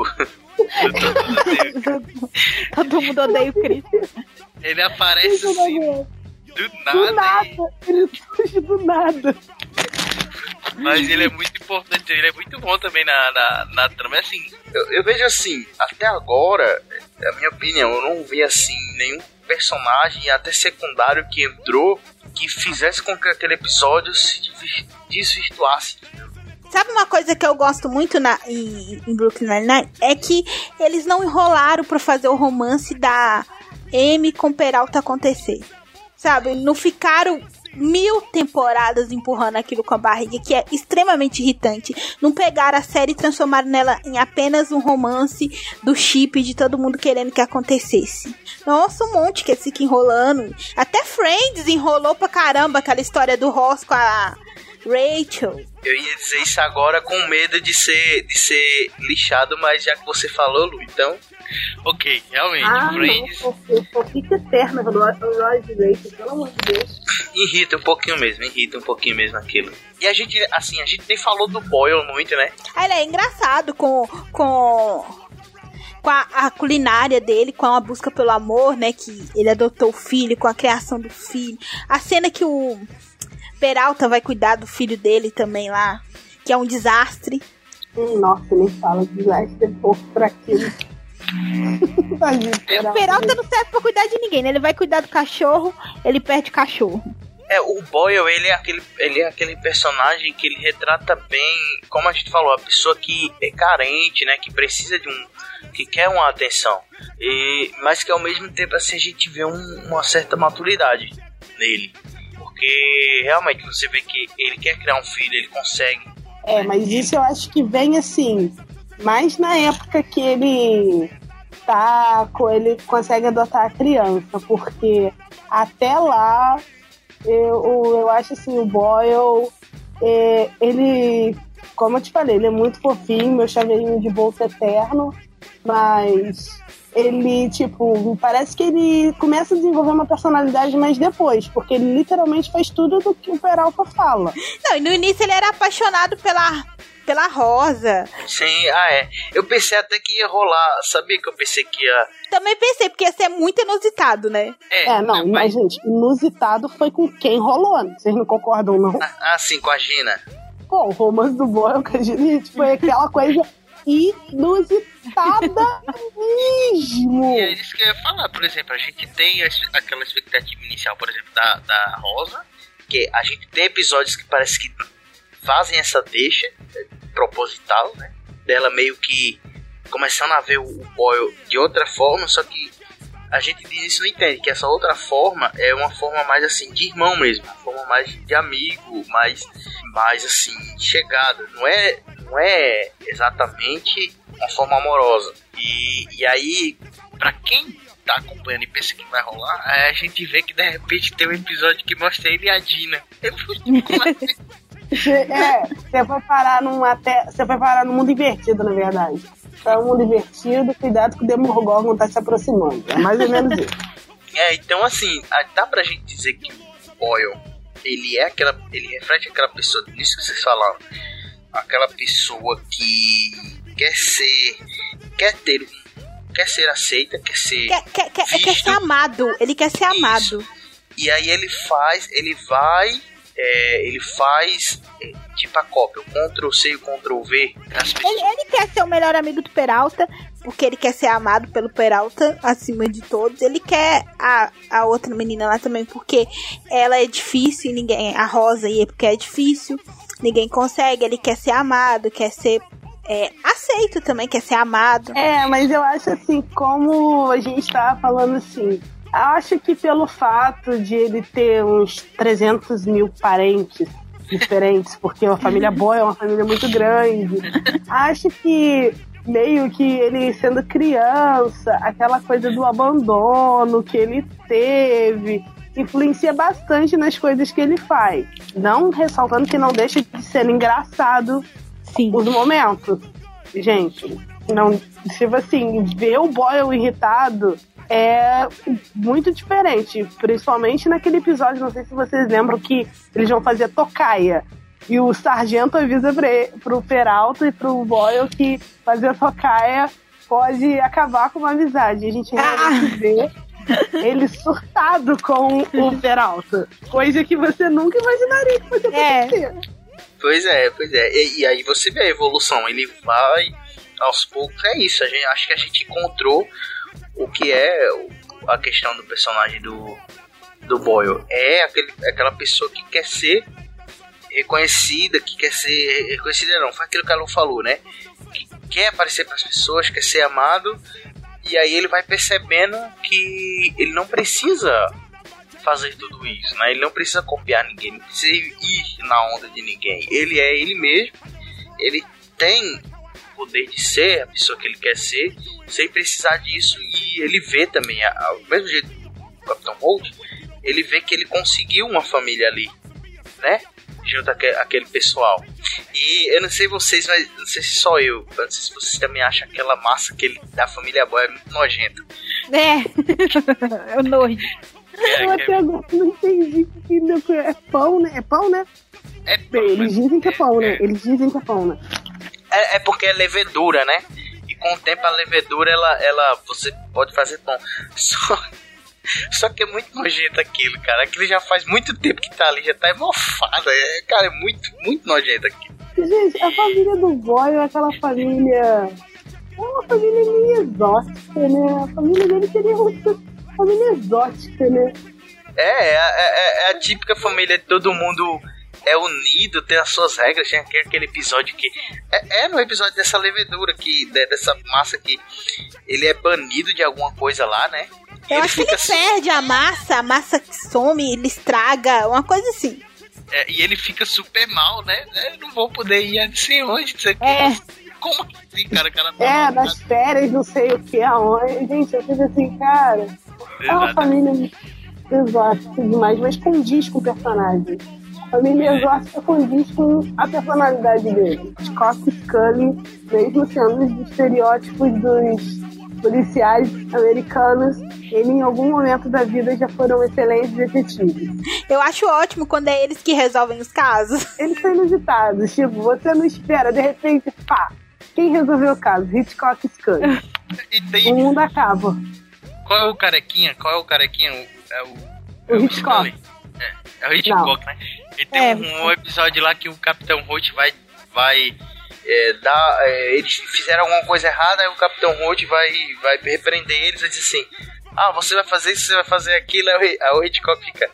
Todo mundo odeia o Chris. Ele aparece assim, do nada. Ele surge do nada. Mas ele é muito importante, ele é muito bom também na trama. Assim, eu vejo assim, até agora, na minha opinião, eu não vi assim nenhum personagem, até secundário, que entrou, que fizesse com que aquele episódio se desvirtuasse. Sabe uma coisa que eu gosto muito em Brooklyn Nine-Nine? É que eles não enrolaram pra fazer o romance da Amy com Peralta acontecer. Sabe? Não ficaram 1000 temporadas empurrando aquilo com a barriga, que é extremamente irritante. Não pegaram a série e transformaram nela em apenas um romance do chip de todo mundo querendo que acontecesse. Nossa, um monte que eles ficam enrolando. Até Friends enrolou pra caramba aquela história do Ross com a Rachel. Eu ia dizer isso agora com medo de ser lixado, mas já que você falou, Lu, então... Ok, realmente, Friends... Não, fica eterna do Ross e Rachel, pelo amor de Deus. Irrita um pouquinho mesmo aquilo. E a gente nem falou do Boyle muito, né? Ele é engraçado com a culinária dele, com a busca pelo amor, né? Que ele adotou o filho, com a criação do filho. A cena que o Peralta vai cuidar do filho dele também lá, que é um desastre. Nossa, nem fala, desastre é pouco pra aquilo. O Peralta não serve pra cuidar de ninguém, né? Ele vai cuidar do cachorro, ele perde o cachorro. O Boyle, ele é aquele personagem que ele retrata bem, como a gente falou, a pessoa que é carente, né? Que precisa que quer uma atenção. Mas que ao mesmo tempo assim, a gente vê uma certa maturidade nele. Porque realmente você vê que ele quer criar um filho, ele consegue. Mas isso eu acho que vem assim, mais na época que ele consegue adotar a criança, porque até lá eu acho assim, o Boyle, ele, como eu te falei, ele é muito fofinho, meu chaveirinho de bolsa eterno, mas ele, tipo, parece que ele começa a desenvolver uma personalidade mais depois, porque ele literalmente faz tudo do que o Peralta fala. Não, e no início ele era apaixonado pela Rosa. Sim, eu pensei até que ia rolar, sabia que eu pensei que ia... Também pensei, porque ia ser muito inusitado, né? Mas gente, inusitado foi com quem rolou, vocês não concordam, não? Sim, com a Gina. Pô, o romance do Boyle com a Juliette foi aquela coisa inusitada mesmo. E é isso que eu ia falar, por exemplo, a gente tem aquela expectativa inicial, por exemplo, da Rosa, que a gente tem episódios que parece que fazem essa deixa proposital, né? Dela meio que começando a ver o Boyle de outra forma, só que a gente diz isso, não entende, que essa outra forma é uma forma mais assim, de irmão mesmo, uma forma mais de amigo, mais assim, chegada, não é exatamente uma forma amorosa. E aí, pra quem tá acompanhando e pensa que vai rolar, a gente vê que de repente tem um episódio que mostra ele e a Dina. Você foi parar você foi parar no mundo invertido, na verdade. É um mundo invertido, cuidado que o Demogorgon tá se aproximando. É mais ou menos isso. Então assim, dá pra gente dizer que o Boyle, ele reflete aquela pessoa, nisso que vocês falaram, aquela pessoa que quer ser aceita, quer ser ser amado. Ele quer ser amado. E aí ele faz tipo a cópia, o Ctrl-C e o Ctrl-V. Ele quer ser o melhor amigo do Peralta, porque ele quer ser amado pelo Peralta acima de todos. Ele quer a outra menina lá também, porque ela é difícil e ninguém... A Rosa e porque é difícil, ninguém consegue. Ele quer ser amado, quer ser aceito também, quer ser amado. Mas eu acho assim, como a gente tava falando assim... Acho que pelo fato de ele ter uns 300 mil parentes diferentes, porque a família Boyle é uma família muito grande, acho que meio que ele sendo criança, aquela coisa do abandono que ele teve, influencia bastante nas coisas que ele faz. Não ressaltando que não deixa de ser engraçado. Sim. Os momentos. Gente, não, tipo assim, ver o Boyle irritado é muito diferente, principalmente naquele episódio, não sei se vocês lembram, que eles vão fazer tocaia e o sargento avisa pro Peralta e pro Boyle que fazer tocaia pode acabar com uma amizade. A gente realmente vê ele surtado com o Peralta, coisa que você nunca imaginaria que fosse acontecer. Pois é. E aí você vê a evolução, ele vai aos poucos, é isso, acho que a gente encontrou o que é a questão do personagem do Boyle. É aquela pessoa que quer ser reconhecida, não, foi aquilo que ela falou, né? Que quer aparecer para as pessoas, quer ser amado, e aí ele vai percebendo que ele não precisa fazer tudo isso, né? Ele não precisa copiar ninguém, não precisa ir na onda de ninguém. Ele é ele mesmo, ele tem poder de ser a pessoa que ele quer ser, sem precisar disso, e ele vê também, ao mesmo jeito do Capitão Holt, ele vê que ele conseguiu uma família ali, né? Junto àquele pessoal. E eu não sei vocês, mas não sei se só eu não sei se vocês também acham aquela massa da família Boyle é muito nojenta. É o nojo. Eu até agora não entendi que é pão, né? É pão, né? É pão, eles dizem que é pão, né? Eles dizem que é pão, né? É porque é levedura, né? E com o tempo a levedura, ela você pode fazer pão. Só que é muito nojento aquilo, cara. Aquilo já faz muito tempo que tá ali, já tá mofado. Cara, é muito, muito nojento aquilo. Gente, a família do Boyle é aquela família... É uma família meio exótica, né? A família dele seria uma família exótica, né? É a típica família de todo mundo... É unido, tem as suas regras. Tem aquele episódio que... no episódio dessa levedura, dessa massa que ele é banido de alguma coisa lá, né? Eu acho que ele perde a massa que some, ele estraga, uma coisa assim. E ele fica super mal, né? Eu não vou poder ir a não sei onde. Como assim, cara? Nas férias, não sei o que, aonde. Gente, eu fiz assim, cara... É uma família exótica demais, mas condiz com o personagem. Família exótica condiz com a personalidade dele. Scott e Scully, mesmo sendo os estereótipos dos policiais americanos, ele em algum momento da vida já foram excelentes detetives. Eu acho ótimo quando é eles que resolvem os casos. Eles são inusitados, tipo, você não espera, de repente, pá, quem resolveu o caso? Hitchcock e Scully. O mundo acaba. Qual é o carequinha? É o Hitchcock. Scully? É o Hitchcock, né? E tem um episódio lá que o Capitão Holt vai eles fizeram alguma coisa errada, aí o Capitão Holt vai repreender eles e diz assim: você vai fazer isso, você vai fazer aquilo. Aí o Hitchcock fica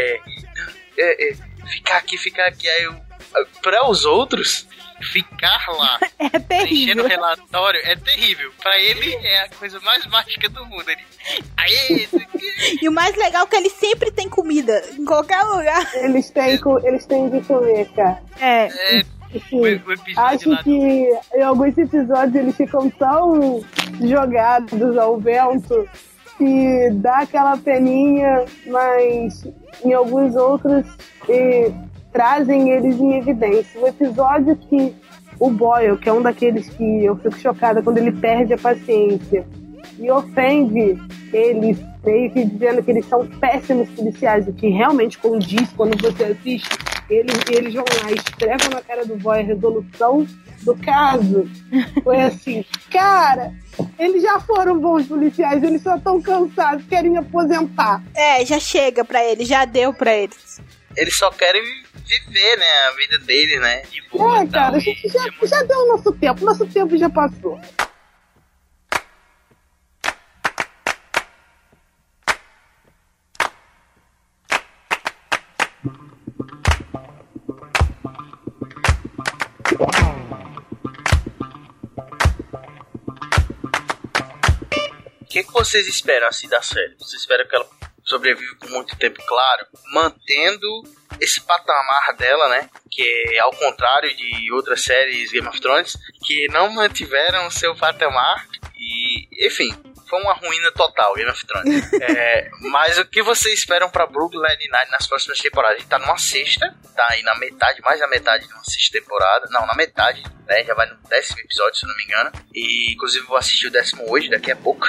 ficar aqui. Aí para os outros, ficar lá é terrível. Enchendo o relatório é terrível. Pra ele é a coisa mais mágica do mundo. E o mais legal é que ele sempre tem comida em qualquer lugar. Eles têm de comer, cara. Sim, acho que em alguns episódios eles ficam tão jogados ao vento que dá aquela peninha, mas em alguns outros trazem eles em evidência. O episódio que o Boyle, que é um daqueles que eu fico chocada quando ele perde a paciência e ofende eles, meio que dizendo que eles são péssimos policiais, o que realmente condiz quando você assiste. Eles vão lá, escrevem na cara do Boy a resolução do caso. Foi assim, cara, eles já foram bons policiais, eles só estão cansados, querem aposentar. Já chega pra eles, já deu pra eles. Eles só querem viver, né, a vida deles, né, de boa. Cara, a gente já deu o nosso tempo já passou. O que vocês esperam assim da série? Vocês esperam que ela sobreviva por muito tempo, claro, mantendo esse patamar dela, né? Que é ao contrário de outras séries Game of Thrones, que não mantiveram o seu patamar e, enfim, foi uma ruína total, Game of Thrones. Mas o que vocês esperam pra Brooklyn Nine-Nine nas próximas temporadas? A gente tá numa sexta, tá aí na metade, mais da metade de uma sexta temporada. Não, na metade, né? Já vai no 10º episódio, se eu não me engano. E, inclusive, vou assistir o 10º hoje, daqui a pouco.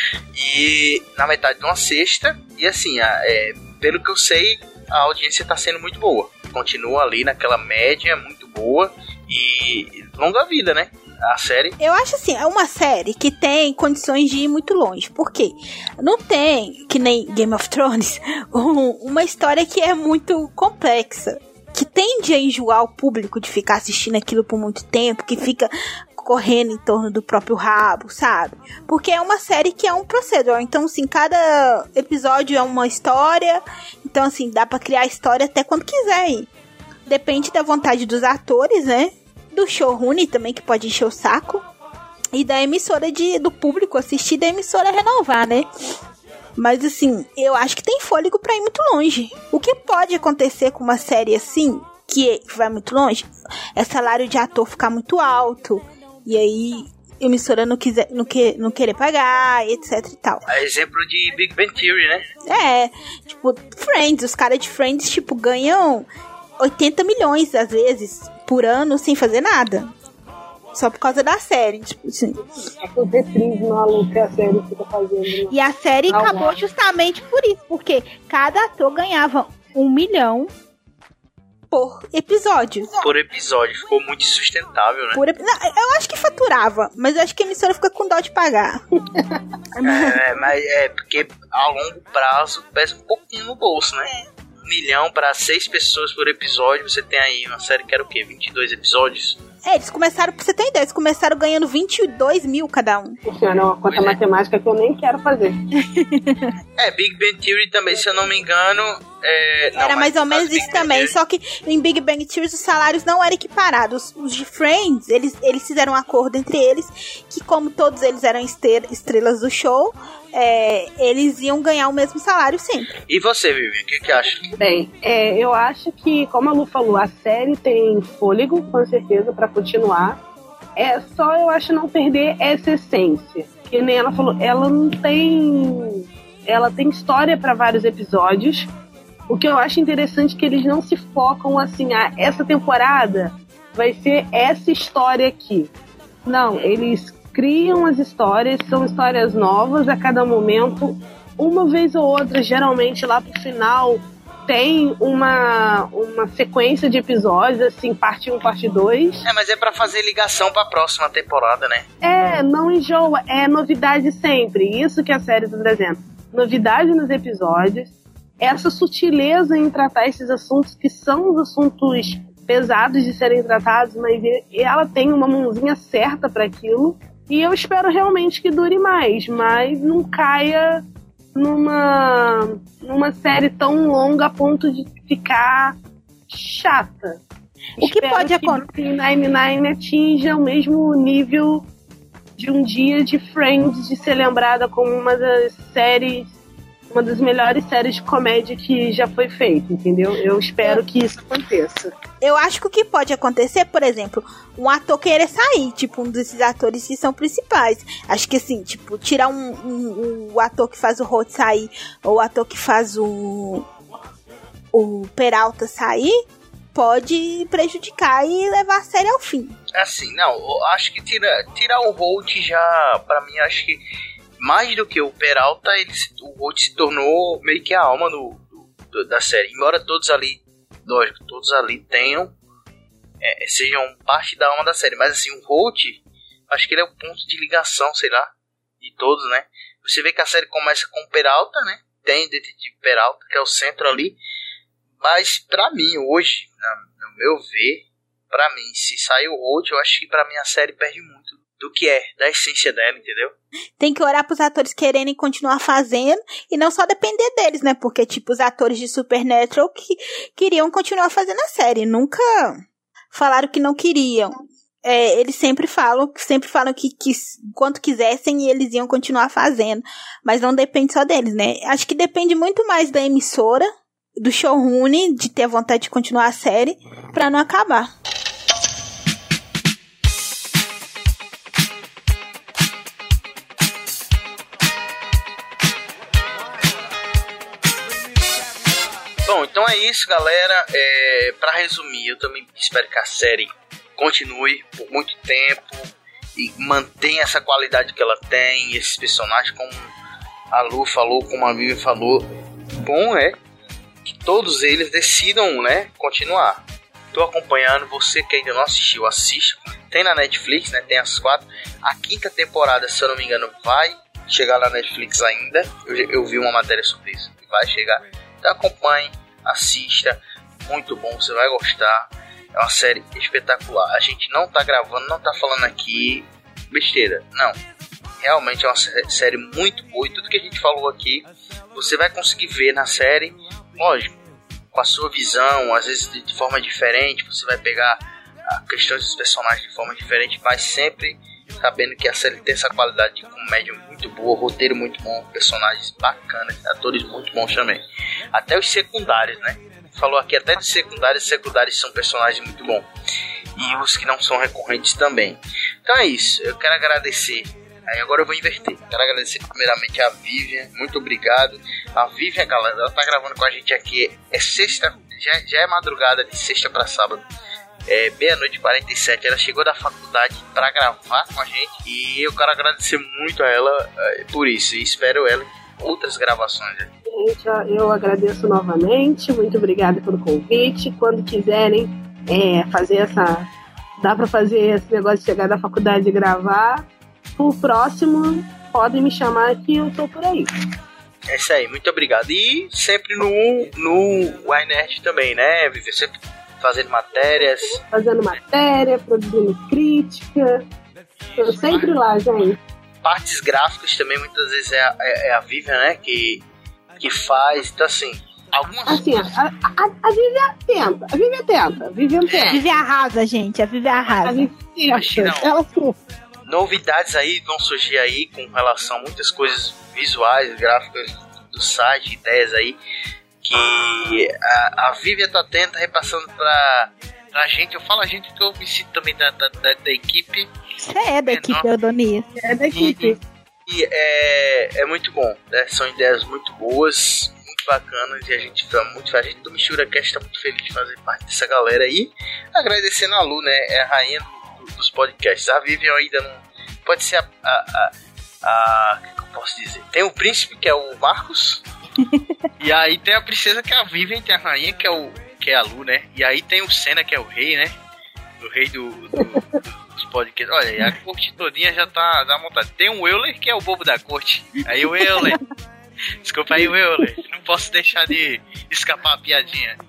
E na metade de uma sexta. E, assim, pelo que eu sei, a audiência tá sendo muito boa. Continua ali naquela média muito boa. E longa vida, né? A série. Eu acho assim, é uma série que tem condições de ir muito longe. Por quê? Não tem, que nem Game of Thrones, uma história que é muito complexa, que tende a enjoar o público de ficar assistindo aquilo por muito tempo, que fica correndo em torno do próprio rabo, sabe? Porque é uma série que é um procedural. Então, assim, cada episódio é uma história. Então, assim, dá pra criar história até quando quiser ir. Depende da vontade dos atores, né? Do showrunner também, que pode encher o saco, e da emissora do público assistir, da emissora renovar, né? Mas assim, eu acho que tem fôlego pra ir muito longe. O que pode acontecer com uma série assim, que vai muito longe, é salário de ator ficar muito alto, e aí a emissora não querer pagar, etc e tal. É exemplo de Big Bang Theory, né? Tipo, Friends, os caras de Friends, tipo, ganham 80 milhões, às vezes, por ano, sem fazer nada. Só por causa da série, tipo assim. É que o reprise maluco que a série fica fazendo. Né? E a série acabou justamente por isso, porque cada ator ganhava 1 milhão por episódio. Por episódio, ficou muito insustentável, né? Não, eu acho que faturava, mas eu acho que a emissora fica com dó de pagar. Mas porque a longo prazo pesa um pouquinho no bolso, né? 1 milhão para 6 pessoas por episódio, você tem aí uma série que era o quê? 22 episódios? Eles começaram, pra você ter ideia, eles começaram ganhando 22 mil cada um. Funciona, é uma conta matemática que eu nem quero fazer. Big Bang Theory também, se eu não me engano... Era mais ou menos isso também, só que em Big Bang Theory os salários não eram equiparados. Os de Friends, eles fizeram um acordo entre eles, que como todos eles eram estrelas do show, eles iam ganhar o mesmo salário sempre. E você, Vivi, o que acha? Bem, eu acho que, como a Lu falou, a série tem fôlego, com certeza, pra continuar. Só eu acho não perder essa essência. Que nem ela falou, ela não tem... Ela tem história pra vários episódios. O que eu acho interessante é que eles não se focam assim, essa temporada vai ser essa história aqui. Não, eles criam as histórias, são histórias novas a cada momento. Uma vez ou outra, geralmente lá pro final, tem uma sequência de episódios, assim, parte 1, parte 2. Mas é pra fazer ligação pra próxima temporada, né? Não enjoa, é novidade sempre. Isso que a série tá trazendo. Novidade nos episódios. essa sutileza em tratar esses assuntos, que são os assuntos pesados de serem tratados, mas ela tem uma mãozinha certa para aquilo, e eu espero realmente que dure mais, mas não caia numa série tão longa a ponto de ficar chata. O que pode acontecer? Que Nine-Nine atinja o mesmo nível de um dia de Friends, de ser lembrada como uma das melhores séries de comédia que já foi feita, entendeu? Eu espero que isso aconteça. Eu acho que o que pode acontecer, por exemplo, um ator querer sair, tipo, um desses atores que são principais. Acho que assim, tipo, tirar o ator que faz o Holt sair, ou o ator que faz o Peralta sair, pode prejudicar e levar a série ao fim. Assim, não, eu acho que tirar o Holt já, pra mim, acho que mais do que o Peralta, o Holt se tornou meio que a alma da série. Embora todos ali, lógico, todos ali sejam parte da alma da série. Mas assim, o Holt, acho que ele é o ponto de ligação, sei lá, de todos, né? Você vê que a série começa com o Peralta, né? Tem o Detetive Peralta, que é o centro ali. Mas pra mim, hoje, no meu ver, pra mim, se sair o Holt, eu acho que pra mim a série perde muito do que da essência dela, entendeu? Tem que orar pros atores quererem continuar fazendo e não só depender deles, né? Porque, tipo, os atores de Supernatural que queriam continuar fazendo a série. Nunca falaram que não queriam. Eles sempre falam que quanto quisessem eles iam continuar fazendo. Mas não depende só deles, né? Acho que depende muito mais da emissora, do showrunner, de ter vontade de continuar a série, pra não acabar. Bom, então é isso, galera. Pra resumir, eu também espero que a série continue por muito tempo e mantenha essa qualidade que ela tem, esses personagens, como a Lu falou, como a Vivian falou. Bom é que todos eles decidam, né, continuar. Tô acompanhando, você que ainda não assistiu, assista. Tem na Netflix, né, tem as 4. A 5ª temporada, se eu não me engano, vai chegar na Netflix ainda. Eu vi uma matéria sobre isso, que vai chegar. Então acompanhe, assista, muito bom, você vai gostar. É uma série espetacular. A gente não tá gravando, não tá falando aqui besteira, não. Realmente é uma série muito boa e tudo que a gente falou aqui, você vai conseguir ver na série, lógico, com a sua visão, às vezes de forma diferente, você vai pegar questões dos personagens de forma diferente, mas sempre sabendo que a série tem essa qualidade de comédia muito boa, roteiro muito bom, personagens bacanas, atores muito bons também. Até os secundários, né? Falou aqui até de secundários são personagens muito bons. E os que não são recorrentes também. Então é isso, eu quero agradecer. Aí agora eu vou inverter. Quero agradecer primeiramente a Vivian, muito obrigado. A Vivian, galera, ela tá gravando com a gente aqui, é sexta, já é madrugada de sexta para sábado. Meia-noite e 47, ela chegou da faculdade para gravar com a gente e eu quero agradecer muito a ela por isso e espero ela em outras gravações. Gente, eu agradeço novamente, muito obrigada pelo convite. Quando quiserem fazer dá para fazer esse negócio de chegar da faculdade e gravar, o próximo podem me chamar que eu tô por aí. É isso aí, muito obrigado. E sempre no YNerd também, né, Vivi? Sempre fazendo matérias. Fazendo matéria, produzindo crítica. Tô sempre lá, gente. Partes gráficas também, muitas vezes é a Vivian, né, que faz. Então, assim, algumas... Assim, a Vivian tenta. A Vivian tenta. A Vivian arrasa, gente. A Vivian arrasa. Ela novidades aí vão surgir aí com relação a muitas coisas visuais, gráficas do site, ideias aí, que a Vivian tá atenta, repassando pra gente. Eu falo a gente que eu me sinto também da equipe. Você é da equipe, Eudonias. É da equipe. E é muito bom, né? São ideias muito boas, muito bacanas, e a gente tá muito feliz. A gente do MisturaCast tá muito feliz de fazer parte dessa galera aí. Agradecendo a Lu, né? É a rainha dos podcasts. A Vivian ainda não... Pode ser o que eu posso dizer? Tem o príncipe, que é o Marcos. E aí tem a princesa, que é a Vivian. Tem a rainha, que é a Lu, né? E aí tem o Senna, que é o rei, né? O rei dos podcasts. Olha, e a corte todinha já tá montada. Tem o Euler, que é o bobo da corte. Aí o Euler, Desculpa aí, Euler. Não posso deixar de escapar a piadinha.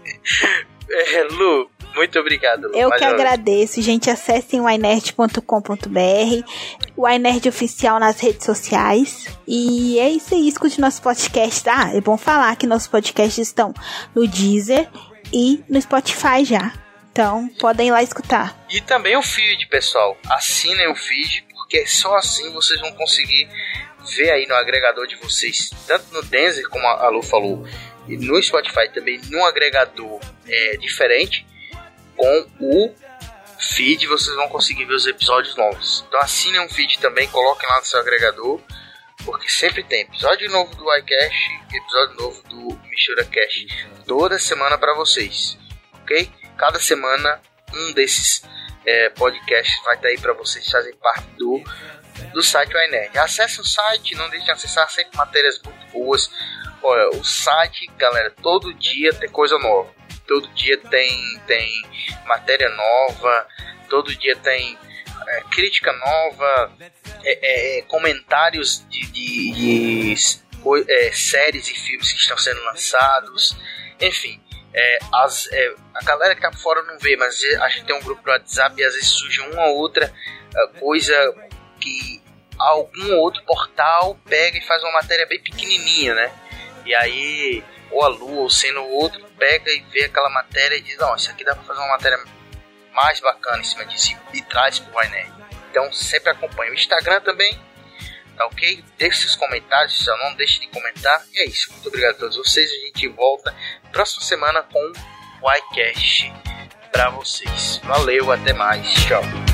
Lu, muito obrigado, Lu. Eu que agradeço, gente. Acessem o inerd.com.br, o iNerd Oficial nas redes sociais. E é isso aí, escute nosso podcast. É bom falar que nossos podcasts estão no Deezer e no Spotify já. Então, podem ir lá escutar. E também o feed, pessoal. Assinem o feed, porque só assim vocês vão conseguir ver aí no agregador de vocês, tanto no Deezer, como a Lu falou, e no Spotify também, num agregador diferente, com o feed vocês vão conseguir ver os episódios novos. Então assinem um feed também, coloquem lá no seu agregador, porque sempre tem episódio novo do iCast, episódio novo do MisturaCast, toda semana para vocês, ok? Cada semana um desses podcasts vai estar aí para vocês fazem parte do site do iNerd. Acesse o site, não deixe de acessar, sempre matérias muito boas. Olha, o site, galera, todo dia tem coisa nova. Todo dia tem matéria nova, todo dia tem crítica nova, comentários de séries e filmes que estão sendo lançados. Enfim, a galera que tá fora não vê, mas a gente tem um grupo no WhatsApp e às vezes surge uma ou outra coisa que algum outro portal pega e faz uma matéria bem pequenininha, né? E aí, ou a Lu, ou sendo o outro, pega e vê aquela matéria e diz, não, isso aqui dá pra fazer uma matéria mais bacana em cima disso e traz pro iNerd. Então, sempre acompanha o Instagram também, tá ok? Deixe seus comentários, só não deixe de comentar. E é isso, muito obrigado a todos vocês. A gente volta próxima semana com o iCast pra vocês. Valeu, até mais, tchau.